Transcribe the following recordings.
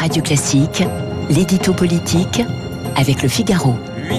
Radio Classique, l'édito politique avec Le Figaro.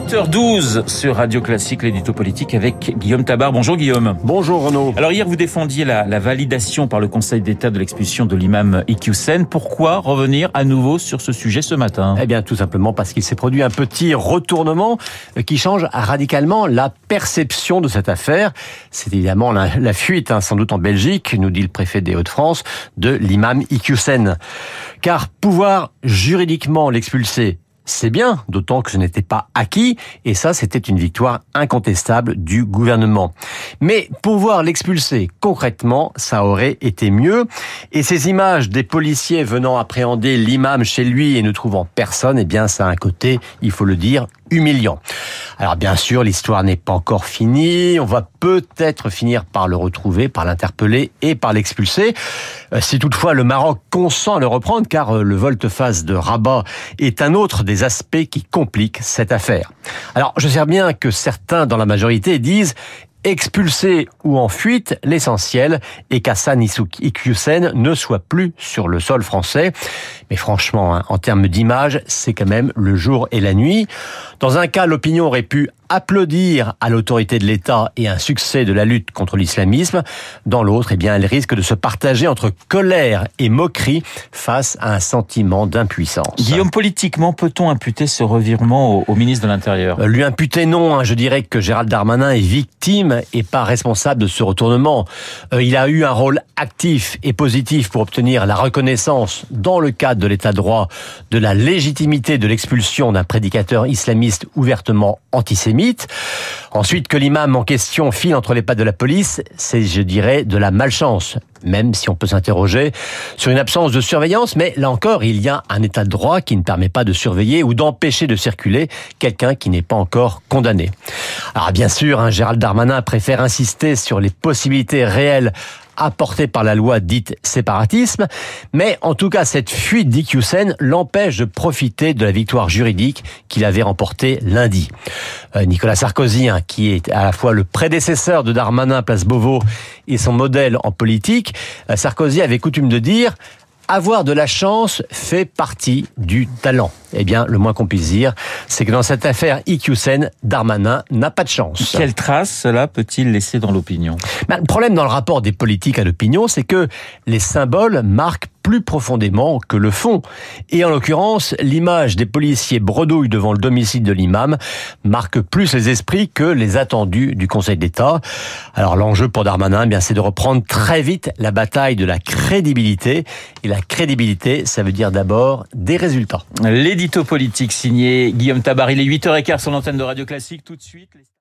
8h12 sur Radio Classique, l'édito politique avec Guillaume Tabar. Bonjour Guillaume. Bonjour Renaud. Alors hier vous défendiez la validation par le Conseil d'État de l'expulsion de l'imam Iqiyoussen. Pourquoi revenir à nouveau sur ce sujet ce matin ? Eh bien tout simplement parce qu'il s'est produit un petit retournement qui change radicalement la perception de cette affaire. C'est évidemment la fuite, sans doute en Belgique, nous dit le préfet des Hauts-de-France, de l'imam Iqiyoussen. Car pouvoir juridiquement l'expulser, c'est bien, d'autant que ce n'était pas acquis, et ça, c'était une victoire incontestable du gouvernement. Mais pouvoir l'expulser concrètement, ça aurait été mieux. Et ces images des policiers venant appréhender l'imam chez lui et ne trouvant personne, eh bien, ça a un côté, il faut le dire, humiliant. Alors bien sûr, l'histoire n'est pas encore finie. On va peut-être finir par le retrouver, par l'interpeller et par l'expulser. Si toutefois le Maroc consent à le reprendre, car le volte-face de Rabat est un autre des aspects qui compliquent cette affaire. Alors je sais bien que certains dans la majorité disent expulsé ou en fuite, l'essentiel est qu'Hassan Iqiyoussen ne soit plus sur le sol français. Mais franchement, en termes d'image, c'est quand même le jour et la nuit. Dans un cas, l'opinion aurait pu applaudir à l'autorité de l'État et un succès de la lutte contre l'islamisme. Dans l'autre, eh bien, elle risque de se partager entre colère et moquerie face à un sentiment d'impuissance. Guillaume, politiquement, peut-on imputer ce revirement au ministre de l'Intérieur ? Lui imputer, non. Je dirais que Gérald Darmanin est victime et pas responsable de ce retournement. Il a eu un rôle actif et positif pour obtenir la reconnaissance, dans le cadre de l'État de droit, de la légitimité de l'expulsion d'un prédicateur islamiste ouvertement antisémite. Ensuite, que l'imam en question file entre les pattes de la police, c'est, je dirais, de la malchance. Même si on peut s'interroger sur une absence de surveillance, mais là encore, il y a un état de droit qui ne permet pas de surveiller ou d'empêcher de circuler quelqu'un qui n'est pas encore condamné. Alors bien sûr, Gérald Darmanin préfère insister sur les possibilités réelles apportée par la loi dite séparatisme, mais en tout cas cette fuite d'Iqiyoussen l'empêche de profiter de la victoire juridique qu'il avait remportée lundi. Nicolas Sarkozy, qui est à la fois le prédécesseur de Darmanin place Beauvau et son modèle en politique, Sarkozy avait coutume de dire: avoir de la chance fait partie du talent. Eh bien, le moins qu'on puisse dire, c'est que dans cette affaire Iqiyoussen, Darmanin n'a pas de chance. Quelle trace cela peut-il laisser dans l'opinion ? Le problème dans le rapport des politiques à l'opinion, c'est que les symboles marquent plus profondément que le fond. Et en l'occurrence, l'image des policiers bredouilles devant le domicile de l'imam marque plus les esprits que les attendus du Conseil d'État. Alors l'enjeu pour Darmanin, c'est de reprendre très vite la bataille de la crédibilité. Et la crédibilité, ça veut dire d'abord des résultats. L'édito politique signé Guillaume Tabar. Il est 8h15 sur l'antenne de Radio Classique. Tout de suite.